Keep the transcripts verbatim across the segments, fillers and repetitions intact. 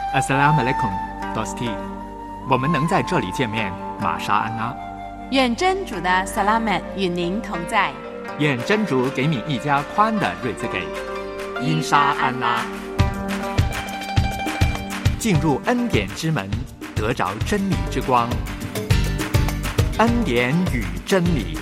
Assalamu alaikum, Dosti。我们能在这里见面，玛莎安娜。 愿真主的萨拉曼与您同在。 愿真主给你一家宽的日子给。因沙安拉。进入恩典之门，得着真理之光。恩典与真理。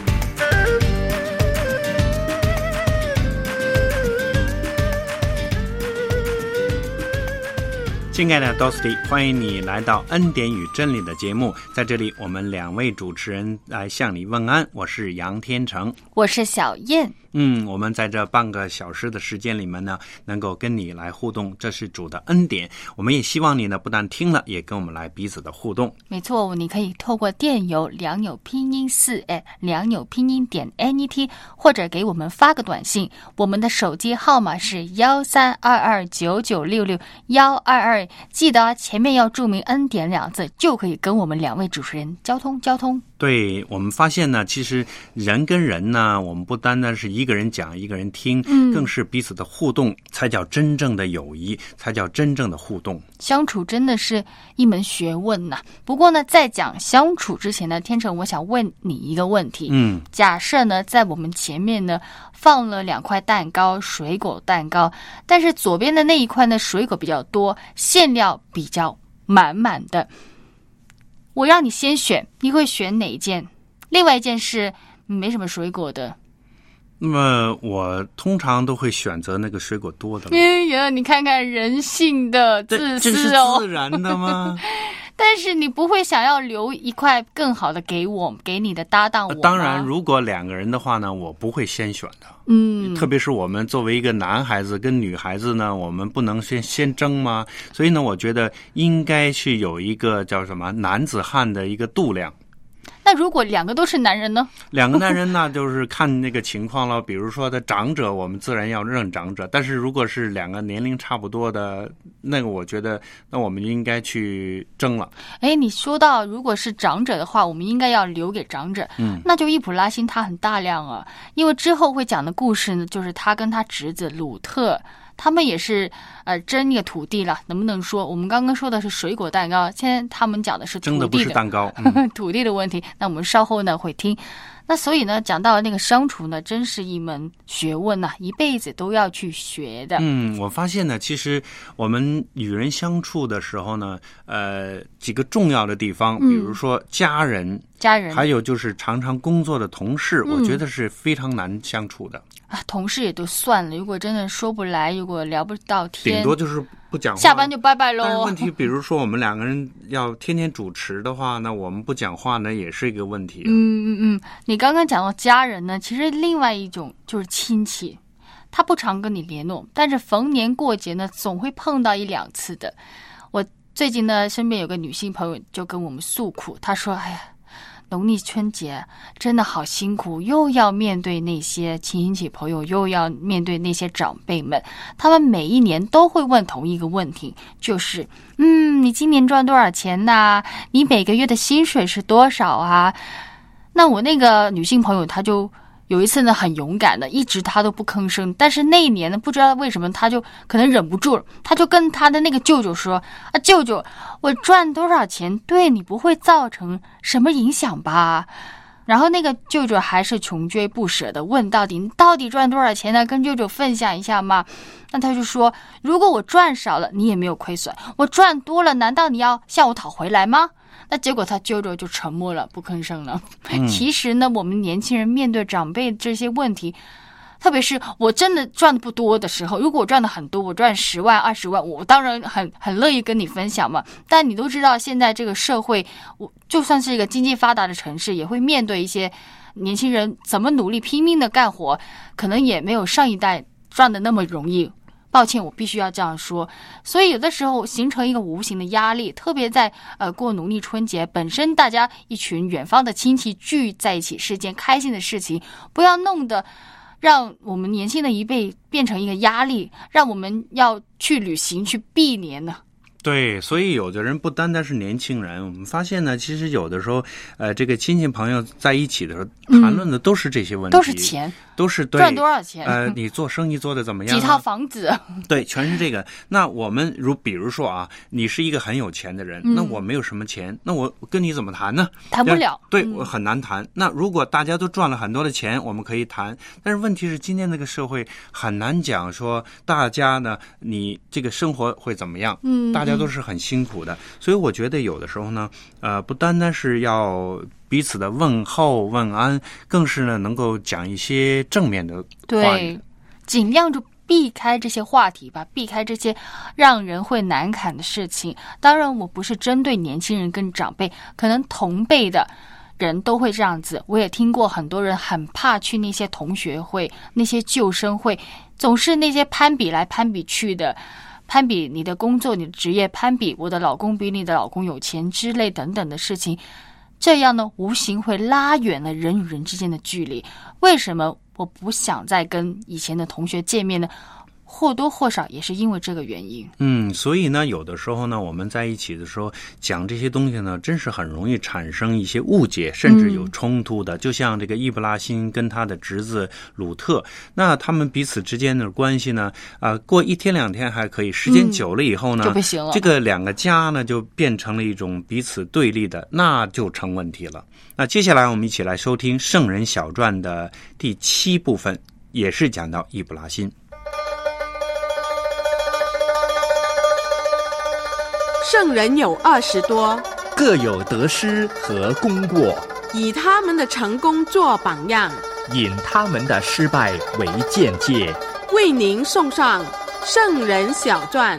亲爱的 Dosti， 欢迎你来到恩典与真理的节目。在这里，我们两位主持人来向你问安。我是杨天成， 我是小燕。 嗯，我们在这半个小时的时间里面呢，能够跟你来互动，这是主的恩典。我们也希望你呢，不但听了，也跟我们来彼此的互动。 没错，你可以透过电邮良友拼音四哎良友拼音点 net， 或者给我们发个短信。我们的手机号码是幺三二二九九六六幺二二，记得前面要注明恩典两字，就可以跟我们两位主持人交通交通。 对，我们发现呢，其实人跟人呢，我们不单单是一个人讲一个人听， 嗯， 更是彼此的互动，才叫真正的友谊，才叫真正的互动。 相处真的是一门学问呐、啊。不过呢，在讲相处之前呢，天成，我想问你一个问题。 嗯， 假设呢，在我们前面呢放了两块蛋糕，水果蛋糕，但是左边的那一块呢，水果比较多，馅料比较满满的。我让你先选，你会选哪一件？另外一件是没什么水果的。 那么我通常都会选择那个水果多的。 哎呀，你看看人性的自私哦， 这是自然的吗？ 但是你不会想要留一块更好的给我，给你的搭档我吗？ 当然，如果两个人的话呢，我不会先选的。 嗯， 特别是我们作为一个男孩子跟女孩子呢，我们不能先先争吗？所以呢，我觉得应该是有一个叫什么男子汉的一个度量。 那如果两个都是男人呢？ 两个男人呢，就是看那个情况了。比如说的长者，我们自然要认长者。但是如果是两个年龄差不多的，那个我觉得，那我们应该去争了。 哎，你说到如果是长者的话，我们应该要留给长者。 嗯， 那就易卜拉欣他很大量啊，因为之后会讲的故事呢，就是他跟他侄子鲁特。他们也是呃争那个土地了，能不能说我们刚刚说的是水果蛋糕，现在他们讲的是土地的， 争的不是蛋糕，嗯、 土地的问题。那我们稍后呢会听。那所以呢，讲到那个相处呢，真是一门学问呐、啊，一辈子都要去学的。 嗯，我发现呢，其实我们与人相处的时候呢，呃，几个重要的地方，比如说家人、嗯、 家人，还有就是常常工作的同事，嗯、我觉得是非常难相处的。 啊，同事也都算了，如果真的说不来，如果聊不到天， 顶多就是不讲话， 下班就拜拜喽。 但是问题，比如说我们两个人要天天主持的话，那我们不讲话呢，也是一个问题、啊。 嗯嗯嗯，你刚刚讲到家人呢，其实另外一种就是亲戚，他不常跟你联络，但是逢年过节呢，总会碰到一两次的。我最近呢，身边有个女性朋友就跟我们诉苦，她说：“哎呀。”农历春节真的好辛苦，又要面对那些亲戚朋友，又要面对那些长辈们，他们每一年都会问同一个问题，就是嗯，你今年赚多少钱呐？你每个月的薪水是多少啊？那我那个女性朋友她就有一次呢，很勇敢的，一直她都不吭声。但是那一年呢，不知道为什么，她就可能忍不住了，她就跟她的那个舅舅说：“啊，舅舅，我赚多少钱对你不会造成什么影响吧？”然后那个舅舅还是穷追不舍的问到底：“你到底赚多少钱呢？跟舅舅分享一下嘛。”那他就说：“如果我赚少了，你也没有亏损；我赚多了，难道你要向我讨回来吗？”那结果他舅舅就沉默了，不吭声了。嗯、其实呢，我们年轻人面对长辈这些问题，特别是我真的赚的不多的时候，如果我赚的很多，我赚十万、二十万，我当然很很乐意跟你分享嘛。但你都知道，现在这个社会，我就算是一个经济发达的城市，也会面对一些年轻人怎么努力拼命的干活，可能也没有上一代赚的那么容易。抱歉，我必须要这样说。所以有的时候形成一个无形的压力，特别在呃过农历春节，本身大家一群远方的亲戚聚在一起是件开心的事情，不要弄得让我们年轻的一辈变成一个压力，让我们要去旅行去避年呢。 对，所以有的人不单单是年轻人，我们发现呢，其实有的时候，呃，这个亲戚朋友在一起的时候，谈论的都是这些问题， 嗯、都是钱， 都是对赚多少钱， 呃，你做生意做的怎么样、啊？ 几套房子， 对，全是这个。那我们如比如说啊，你是一个很有钱的人，嗯、那我没有什么钱，那我跟你怎么谈呢？ 谈不了， 对， 嗯、 我很难谈。那如果大家都赚了很多的钱，我们可以谈。但是问题是，今天这个社会很难讲说大家呢，你这个生活会怎么样？嗯，大家都是很辛苦的，嗯、所以我觉得有的时候呢，呃，不单单是要彼此的问候问安，更是呢能够讲一些正面的话。 对，尽量就避开这些话题吧，避开这些让人会难堪的事情。当然，我不是针对年轻人跟长辈，可能同辈的人都会这样子。我也听过很多人很怕去那些同学会、那些救生会，总是那些攀比来攀比去的。攀比你的工作、你的职业，攀比我的老公比你的老公有钱之类等等的事情，这样呢，无形会拉远了人与人之间的距离。为什么我不想再跟以前的同学见面呢？或多或少也是因为这个原因。 嗯，所以呢，有的时候呢，我们在一起的时候讲这些东西呢，真是很容易产生一些误解，甚至有冲突的。嗯、就像这个易卜拉欣跟他的侄子鲁特，那他们彼此之间的关系呢，啊、呃，过一天两天还可以，时间久了以后呢， 嗯、就不行了。 这个两个家呢，就变成了一种彼此对立的，那就成问题了。那接下来我们一起来收听《圣人小传》的第七部分，也是讲到易卜拉欣。 圣人有二十多， 各有得失和功过， 以他们的成功做榜样， 引他们的失败为鉴戒。 为您送上《圣人小传》。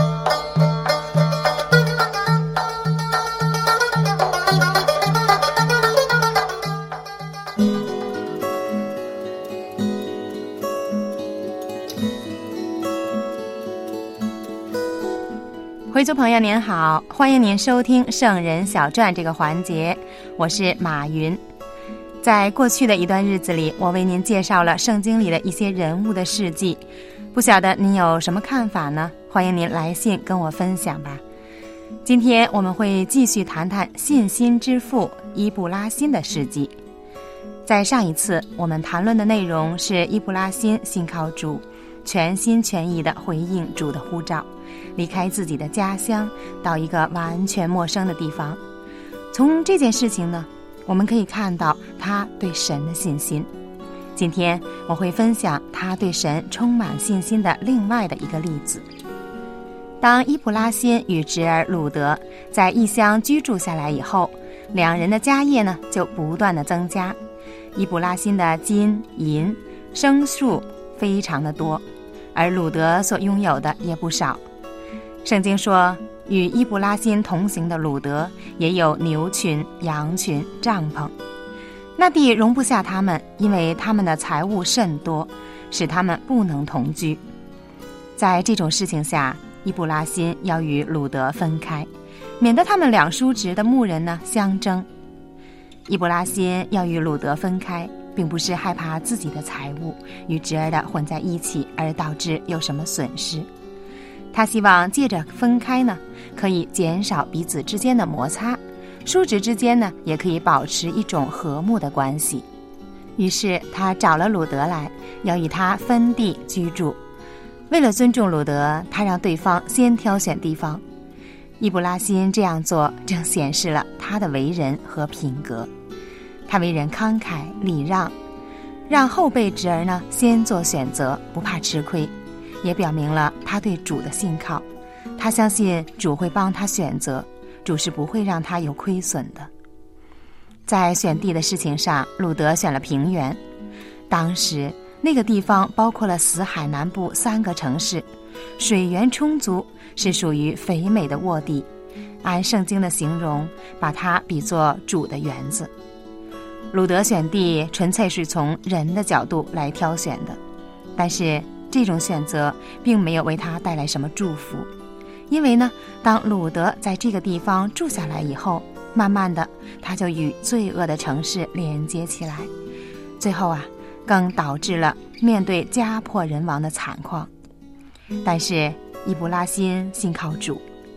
回族朋友您好，欢迎您收听《圣人小传》这个环节，我是马云。在过去的一段日子里，我为您介绍了圣经里的一些人物的事迹，不晓得您有什么看法呢？欢迎您来信跟我分享吧。今天我们会继续谈谈信心之父伊布拉欣的事迹。在上一次我们谈论的内容是伊布拉欣信靠主，全心全意地回应主的呼召，离开自己的家乡，到一个完全陌生的地方。从这件事情呢，我们可以看到他对神的信心。今天我会分享他对神充满信心的另外的一个例子。当伊卜拉欣与侄儿鲁德在异乡居住下来以后，两人的家业呢就不断的增加。伊卜拉欣的金银牲畜非常的多，而鲁德所拥有的也不少。圣经说，与伊卜拉欣同行的鲁德也有牛群、羊群、帐篷。那地容不下他们，因为他们的财物甚多，使他们不能同居。在这种事情下，伊卜拉欣要与鲁德分开，免得他们两叔侄的牧人呢相争。伊卜拉欣要与鲁德分开，并不是害怕自己的财物与侄儿的混在一起而导致有什么损失，他希望借着分开呢，可以减少彼此之间的摩擦，叔侄之间呢也可以保持一种和睦的关系。于是他找了鲁德来，要与他分地居住。为了尊重鲁德，他让对方先挑选地方。伊卜拉欣这样做正显示了他的为人和品格。他为人慷慨礼让，让后辈侄儿呢先做选择，不怕吃亏，也表明了他对主的信靠。他相信主会帮他选择，主是不会让他有亏损的。在选地的事情上，鲁德选了平原。当时那个地方包括了死海南部三个城市，水源充足，是属于肥美的沃地。按圣经的形容，把它比作主的园子。鲁德选地纯粹是从人的角度来挑选的，但是这种选择并没有为他带来什么祝福。因为呢，当鲁德在这个地方住下来以后，慢慢的他就与罪恶的城市连接起来，最后啊更导致了面对家破人亡的惨况。但是伊卜拉欣信靠主，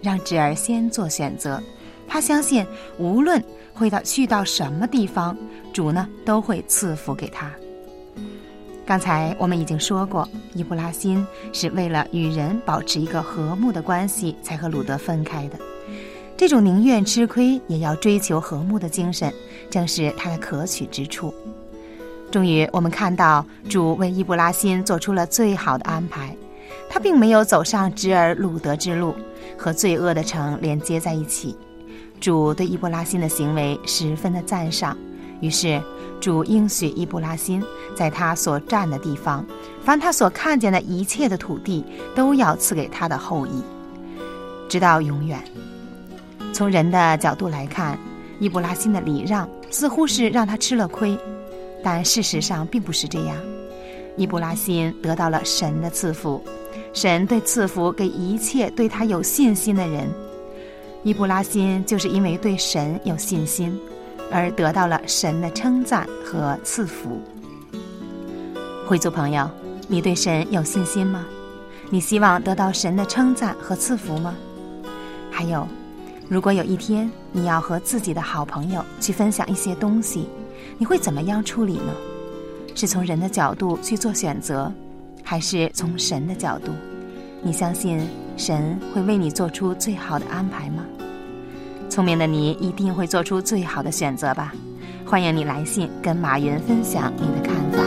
让侄儿先做选择。他相信无论会到去到什么地方，主呢都会赐福给他。刚才我们已经说过，伊布拉辛是为了与人保持一个和睦的关系才和鲁德分开的。这种宁愿吃亏也要追求和睦的精神，正是他的可取之处。终于我们看到主为伊布拉辛做出了最好的安排，他并没有走上侄儿鲁德之路，和罪恶的城连接在一起。主对伊布拉辛的行为十分的赞赏，于是主应许伊布拉辛在他所站的地方，凡他所看见的一切的土地都要赐给他的后裔，直到永远。从人的角度来看，伊布拉辛的礼让似乎是让他吃了亏，但事实上并不是这样。伊布拉辛得到了神的赐福，神对赐福给一切对他有信心的人。伊布拉辛就是因为对神有信心，而得到了神的称赞和赐福。会族朋友，你对神有信心吗？你希望得到神的称赞和赐福吗？还有，如果有一天你要和自己的好朋友去分享一些东西，你会怎么样处理呢？是从人的角度去做选择，还是从神的角度？你相信神会为你做出最好的安排吗？聪明的你一定会做出最好的选择吧。欢迎你来信跟马云分享你的看法。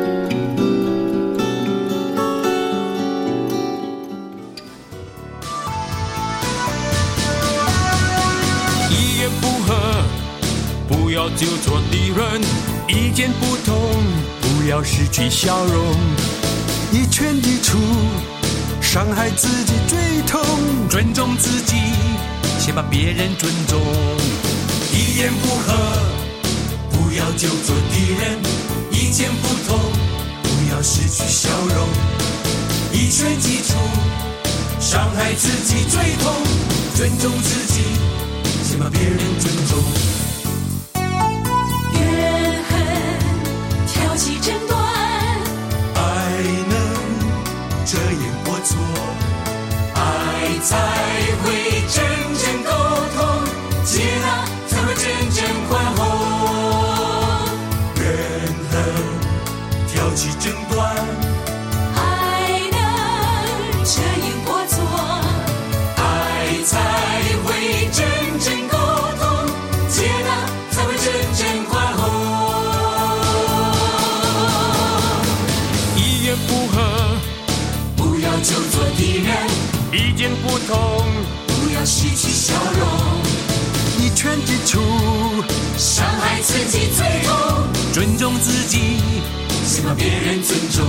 一言不合不要就做敌人，意见不同不要失去笑容， 一拳一出伤害自己最痛， 尊重自己先把别人尊重。 一言不合不要就做敌人，意见不同不要失去笑容，一拳击出伤害自己最痛，尊重自己先把别人尊重。 怨恨挑起争端， 爱能遮掩过错，爱才会真正沟通，接纳才会真正宽宏。怨恨挑起争端， 爱能遮掩过错， 爱才会真正沟通，接纳才会真正宽宏。 一言不合不要就做敌人， 意见不同不要失去笑容，一拳击出伤害自己最痛， 尊重自己先把别人尊重。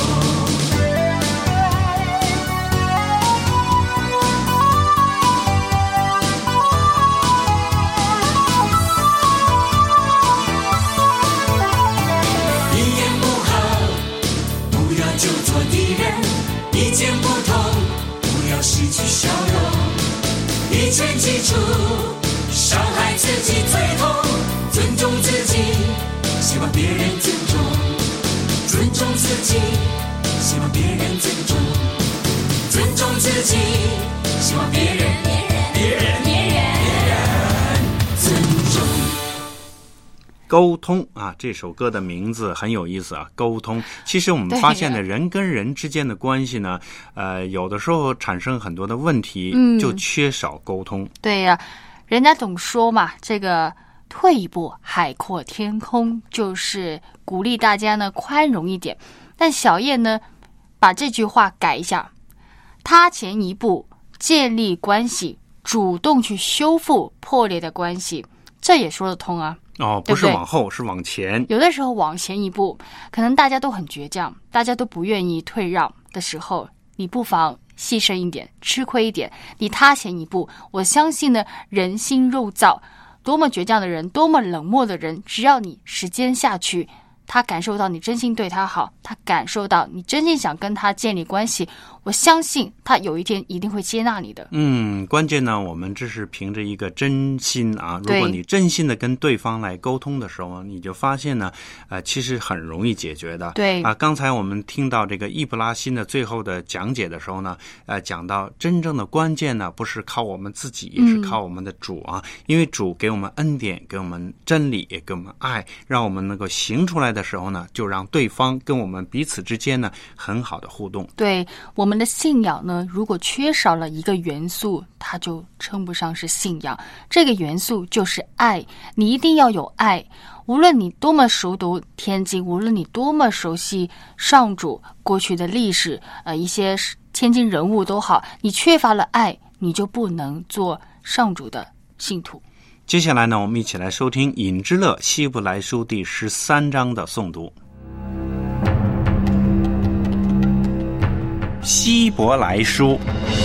一言不合不要就做敌人，意见不同不要失去笑容，一拳击出伤害自己最痛，尊重自己先把别人尊重，尊重自己希望别人尊重，尊重自己希望别人别人别人尊重。 沟通啊，这首歌的名字很有意思啊，沟通。其实我们发现呢，人跟人之间的关系呢，呃，有的时候产生很多的问题，嗯、就缺少沟通。 对呀、啊，人家总说嘛，这个退一步海阔天空，就是鼓励大家呢宽容一点。但小叶呢，把这句话改一下，他前一步建立关系，主动去修复破裂的关系，这也说得通啊。 哦，不是往后，是往前。 有的时候往前一步，可能大家都很倔强，大家都不愿意退让的时候，你不妨牺牲一点，吃亏一点，你踏前一步。我相信呢，人心肉燥，多么倔强的人，多么冷漠的人，只要你时间下去， 他感受到你真心对他好，他感受到你真心想跟他建立关系，我相信他有一天一定会接纳你的。 嗯，关键呢，我们这是凭着一个真心啊。如果你真心的跟对方来沟通的时候，你就发现呢，呃，其实很容易解决的。 对啊，刚才我们听到这个易卜拉欣的最后的讲解的时候呢，呃，讲到真正的关键呢，不是靠我们自己，也是靠我们的主啊，嗯、因为主给我们恩典，给我们真理，也给我们爱，让我们能够行出来的时候呢，就让对方跟我们彼此之间呢很好的互动。 对，我们的信仰呢，如果缺少了一个元素，它就称不上是信仰。这个元素就是爱，你一定要有爱。无论你多么熟读天经，无论你多么熟悉上主过去的历史，呃，一些天经人物都好，你缺乏了爱，你就不能做上主的信徒。 接下来呢，我们一起来收听尹之乐希伯来书第十三章的诵读。希伯来书，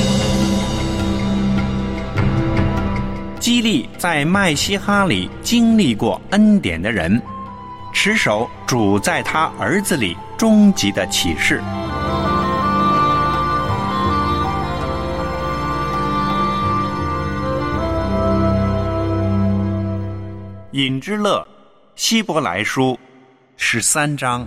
激励在麦西哈里经历过恩典的人，持守主在他儿子里终极的启示。尹之乐希伯来书十三章。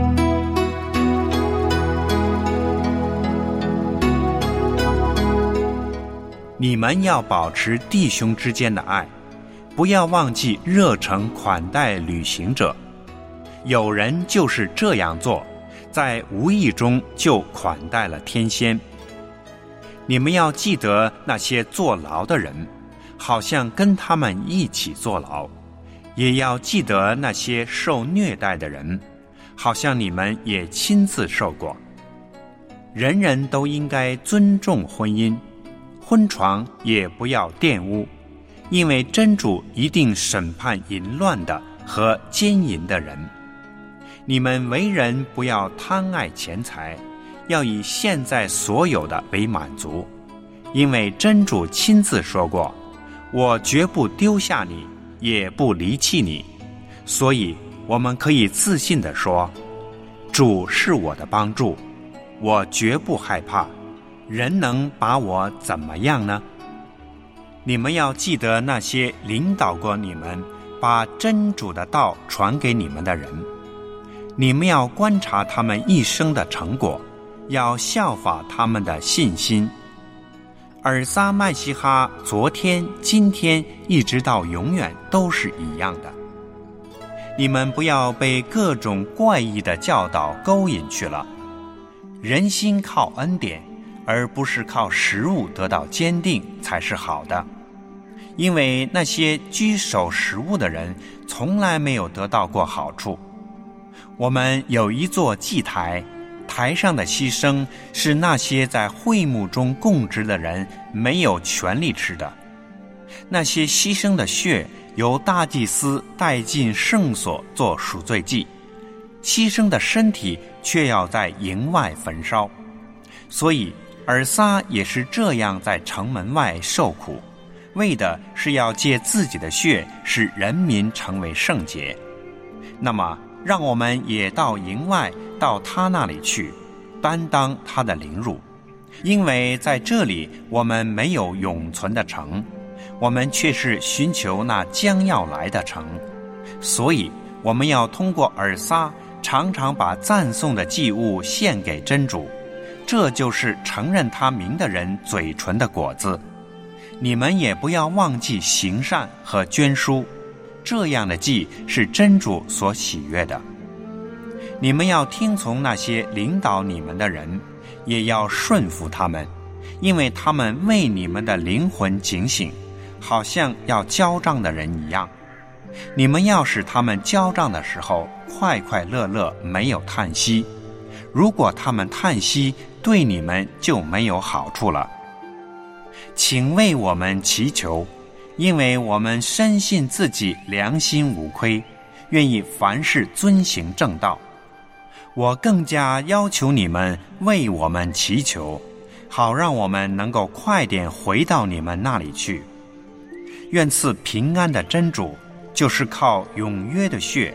你们要保持弟兄之间的爱，不要忘记热诚款待旅行者。有人就是这样做，在无意中就款待了天仙。你们要记得那些坐牢的人，好像跟他们一起坐牢；也要记得那些受虐待的人，好像你们也亲自受过。人人都应该尊重婚姻，婚床也不要玷污，因为真主一定审判淫乱的和奸淫的人。你们为人不要贪爱钱财，要以现在所有的为满足，因为真主亲自说过，我绝不丢下你，也不离弃你。所以我们可以自信地说，主是我的帮助，我绝不害怕，人能把我怎么样呢？你们要记得那些领导过你们，把真主的道传给你们的人，你们要观察他们一生的成果，要效法他们的信心。尔撒麦西哈昨天、今天一直到永远都是一样的。你们不要被各种怪异的教导勾引去了。人心靠恩典，而不是靠食物得到坚定才是好的。因为那些居守食物的人从来没有得到过好处。我们有一座祭台，台上的牺牲是那些在会幕中供职的人没有权利吃的。那些牺牲的血由大祭司带进圣所做赎罪祭，牺牲的身体却要在营外焚烧。所以尔撒也是这样在城门外受苦，为的是要借自己的血使人民成为圣洁。那么让我们也到营外，到他那里去，担当他的凌辱。因为在这里我们没有永存的城，我们却是寻求那将要来的城。所以我们要通过尔撒常常把赞颂的祭物献给真主，这就是承认他名的人嘴唇的果子。你们也不要忘记行善和捐书，这样的祭是真主所喜悦的。你们要听从那些领导你们的人，也要顺服他们，因为他们为你们的灵魂警醒，好像要交账的人一样。你们要使他们交账的时候快快乐乐，没有叹息。如果他们叹息，对你们就没有好处了。请为我们祈求，因为我们深信自己良心无亏，愿意凡事遵行正道。我更加要求你们为我们祈求，好让我们能够快点回到你们那里去。愿赐平安的真主，就是靠永约的血，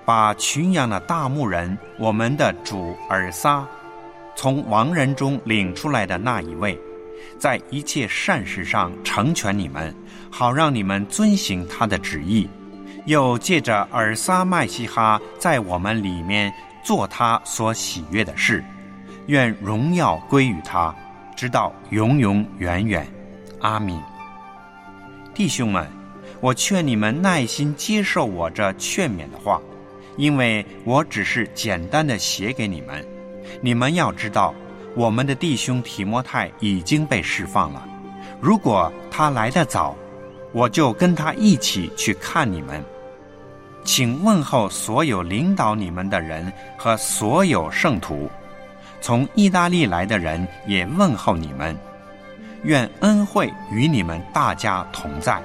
把群羊的大牧人，我们的主尔撒，从亡人中领出来的那一位，在一切善事上成全你们，好让你们遵行他的旨意，又借着尔撒麦西哈在我们里面做他所喜悦的事，愿荣耀归于他，直到永永远远。阿们。弟兄们，我劝你们耐心接受我这劝勉的话，因为我只是简单的写给你们。你们要知道，我们的弟兄提摩太已经被释放了，如果他来得早，我就跟他一起去看你们。请问候所有领导你们的人和所有圣徒，从意大利来的人也问候你们。愿恩惠与你们大家同在。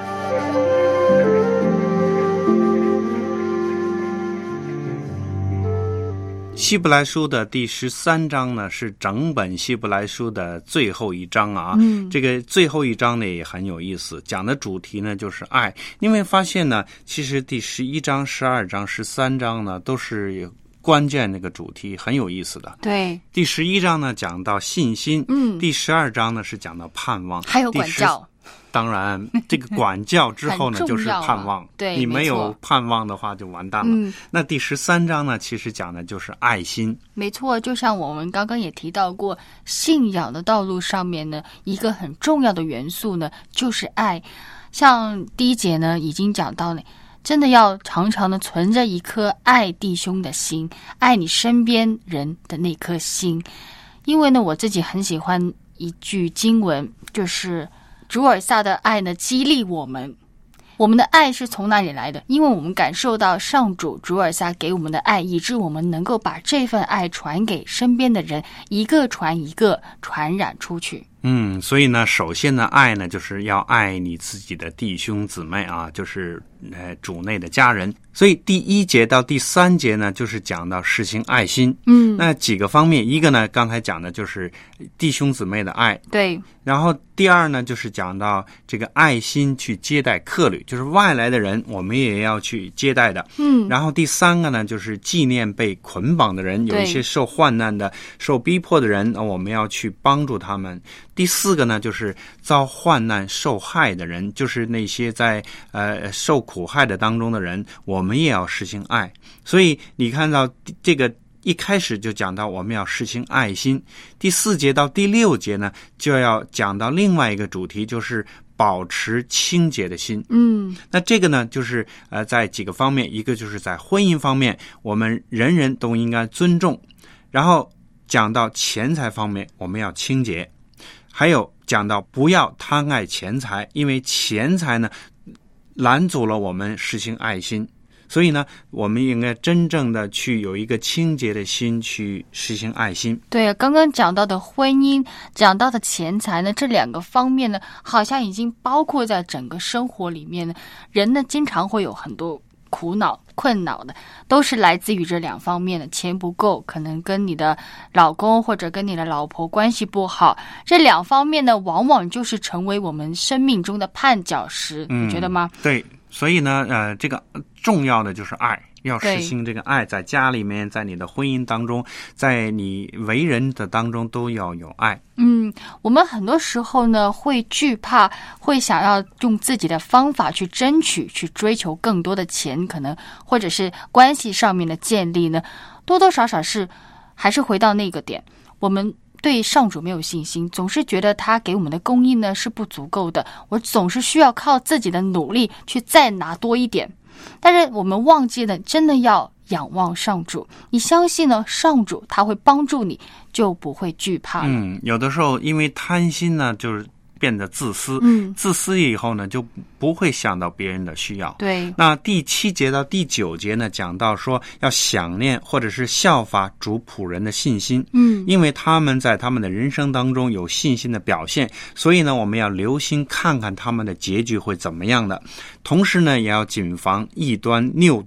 希伯来书的第十三章呢，是整本希伯来书的最后一章啊。 嗯， 这个最后一章呢也很有意思，讲的主题呢就是爱。你会发现呢，其实第十一章、十二章、十三章呢都是有关键那个主题，很有意思的。 对， 第十一章呢讲到信心， 嗯， 第十二章呢是讲到盼望， 还有管教。 当然，这个管教之后呢，就是盼望。 对， 你没有盼望的话，就完蛋了。 嗯， 那第十三章呢，其实讲的就是爱心。 没错，就像我们刚刚也提到过，信仰的道路上面呢，一个很重要的元素呢，就是爱。像第一节呢，已经讲到了，真的要常常的存着一颗爱弟兄的心，爱你身边人的那颗心。因为呢，我自己很喜欢一句经文，就是主尔撒的爱呢，激励我们。我们的爱是从哪里来的？因为我们感受到上主主尔撒给我们的爱，以致我们能够把这份爱传给身边的人，一个传一个，传染出去。 嗯，所以呢，首先呢，爱呢，就是要爱你自己的弟兄姊妹啊，就是呃主内的家人。所以第一节到第三节呢，就是讲到实行爱心。 嗯， 那几个方面，一个呢，刚才讲的就是弟兄姊妹的爱。 对。 然后第二呢，就是讲到这个爱心去接待客旅，就是外来的人，我们也要去接待的。 嗯。 然后第三个呢，就是纪念被捆绑的人，有一些受患难的、受逼迫的人，我们要去帮助他们。第四个呢，就是遭患难受害的人，就是那些在呃受苦害的当中的人，我们也要实行爱。所以你看到这个一开始就讲到我们要实行爱心，第四节到第六节呢，就要讲到另外一个主题，就是保持清洁的心。 嗯， 那这个呢，就是呃在几个方面，一个就是在婚姻方面，我们人人都应该尊重，然后讲到钱财方面，我们要清洁。还有讲到不要贪爱钱财，因为钱财呢拦阻了我们实行爱心，所以呢我们应该真正的去有一个清洁的心去实行爱心。 对，刚刚讲到的婚姻，讲到的钱财呢，这两个方面呢，好像已经包括在整个生活里面呢。人呢经常会有很多苦恼困扰的，都是来自于这两方面的。钱不够，可能跟你的老公或者跟你的老婆关系不好，这两方面呢往往就是成为我们生命中的绊脚石。 嗯， 你觉得吗？ 对，所以呢呃，这个重要的就是爱，要实行这个爱，在家里面，在你的婚姻当中，在你为人的当中都要有爱。 嗯，我们很多时候呢会惧怕，会想要用自己的方法去争取，去追求更多的钱，可能或者是关系上面的建立呢，多多少少是还是回到那个点，我们对上主没有信心，总是觉得他给我们的供应呢是不足够的，我总是需要靠自己的努力去再拿多一点。但是我们忘记了，真的要仰望上主，你相信呢，上主他会帮助你，就不会惧怕了。 嗯，有的时候因为贪心呢，就是变得自私， 嗯， 自私以后呢，就不会想到别人的需要。 对。 那第七节到第九节呢，讲到说要想念或者是效法主仆人的信心， 嗯， 因为他们在他们的人生当中有信心的表现，所以呢，我们要留心看看他们的结局会怎么样的。同时呢，也要谨防异端谬道。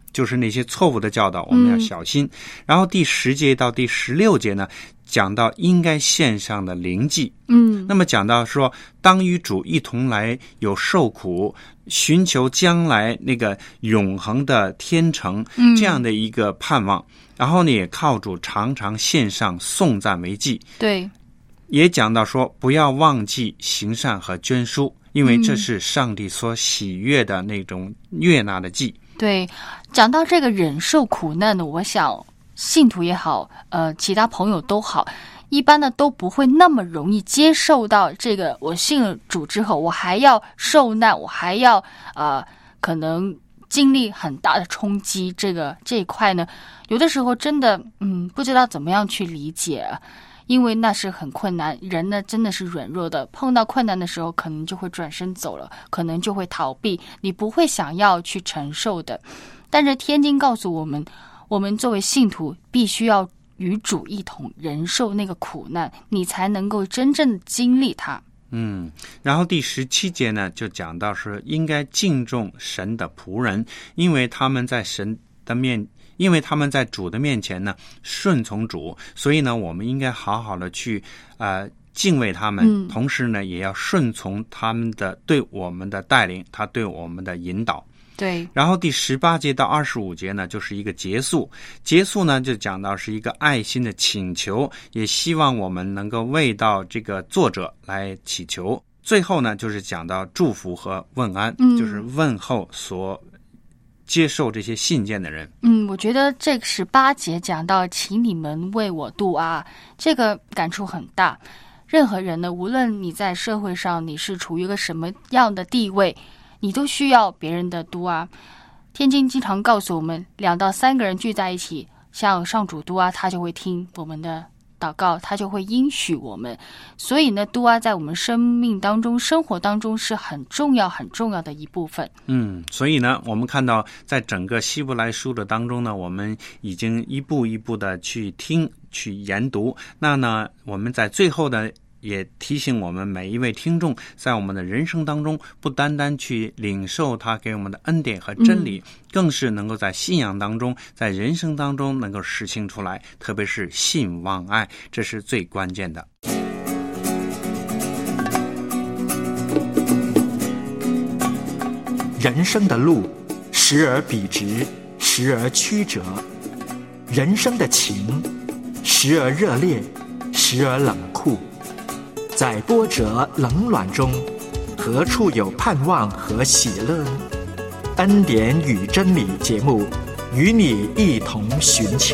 就是那些错误的教导，我们要小心。嗯、然后第十节到第十六节呢，讲到应该献上的灵祭。 嗯， 那么讲到说，当与主一同来有受苦，寻求将来那个永恒的天成， 嗯、 这样的一个盼望。然后呢，也靠主常常献上颂赞为祭。 对， 也讲到说，不要忘记行善和捐书，因为这是上帝所喜悦的那种悦纳的祭。 对，讲到这个忍受苦难呢，我想信徒也好，呃，其他朋友都好，一般呢都不会那么容易接受到这个。我信了主之后，我还要受难，我还要呃，可能经历很大的冲击。这个这一块呢，有的时候真的嗯不知道怎么样去理解。因为那是很困难，人呢真的是软弱的，碰到困难的时候可能就会转身走了，可能就会逃避，你不会想要去承受的。但是天经告诉我们，我们作为信徒必须要与主一同忍受那个苦难，你才能够真正经历它。 嗯，然后第十七节呢，就讲到是应该敬重神的仆人，因为他们在神的面因为他们在主的面前呢顺从主，所以呢我们应该好好的去呃敬畏他们、嗯、同时呢也要顺从他们的对我们的带领，他对我们的引导。 对， 然后第十八节到二十五节呢就是一个结束，结束呢就讲到是一个爱心的请求，也希望我们能够为到这个作者来祈求。最后呢就是讲到祝福和问安、嗯、就是问候所接受这些信件的人。 嗯，我觉得这十八节讲到请你们为我度啊，这个感触很大。任何人呢，无论你在社会上你是处于一个什么样的地位，你都需要别人的度啊。天经经常告诉我们，两到三个人聚在一起，向上主度啊，他就会听我们的祷告，他就会应许我们。所以呢，度啊在我们生命当中生活当中是很重要很重要的一部分。 嗯，所以呢我们看到在整个希伯来书的当中呢，我们已经一步一步的去听去研读。那呢我们在最后的也提醒我们每一位听众，在我们的人生当中不单单去领受他给我们的恩典和真理、嗯、更是能够在信仰当中在人生当中能够实行出来，特别是信望爱，这是最关键的。 人生的路时而笔直，时而曲折，人生的情时而热烈，时而冷酷，在波折冷暖中，何处有盼望和喜乐呢？恩典与真理节目与你一同寻求。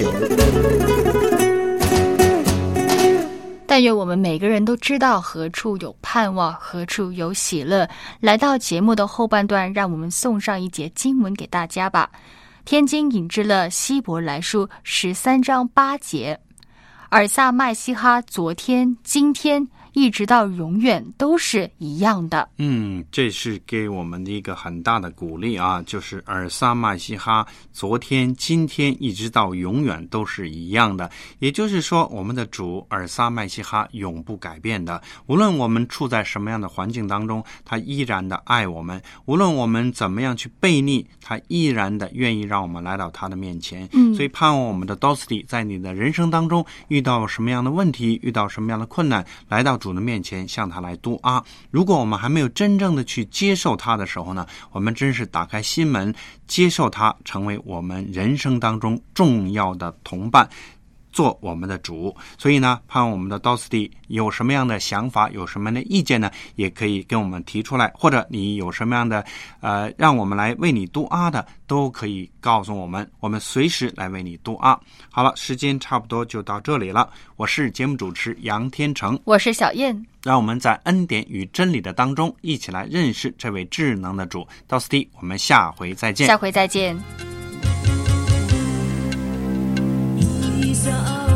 但愿我们每个人都知道何处有盼望，何处有喜乐。来到节目的后半段，让我们送上一节经文给大家吧。天经引致了希伯来书十三章八节，尔撒麦西哈昨天今天一直到永远都是一样的。 嗯，这是给我们的一个很大的鼓励啊，就是尔撒麦西哈昨天今天一直到永远都是一样的。也就是说，我们的主尔撒麦西哈永不改变的，无论我们处在什么样的环境当中，他依然的爱我们，无论我们怎么样去悖逆，他依然的愿意让我们来到他的面前。嗯，所以盼望我们的 Dosty 在你的人生当中遇到什么样的问题，遇到什么样的困难，来到主的面前向他来读啊。如果我们还没有真正的去接受他的时候呢，我们真是打开心门，接受他成为我们人生当中重要的同伴，做我们的主。所以呢，盼望我们的 Dosty 有什么样的想法，有什么样的意见呢，也可以跟我们提出来，或者你有什么样的呃，让我们来为你读啊的，都可以告诉我们，我们随时来为你读啊。好了，时间差不多就到这里了，我是节目主持杨天成， 我是小燕， 让我们在恩典与真理的当中一起来认识这位智能的主 Dosty， 我们下回再见。 下回再见。 一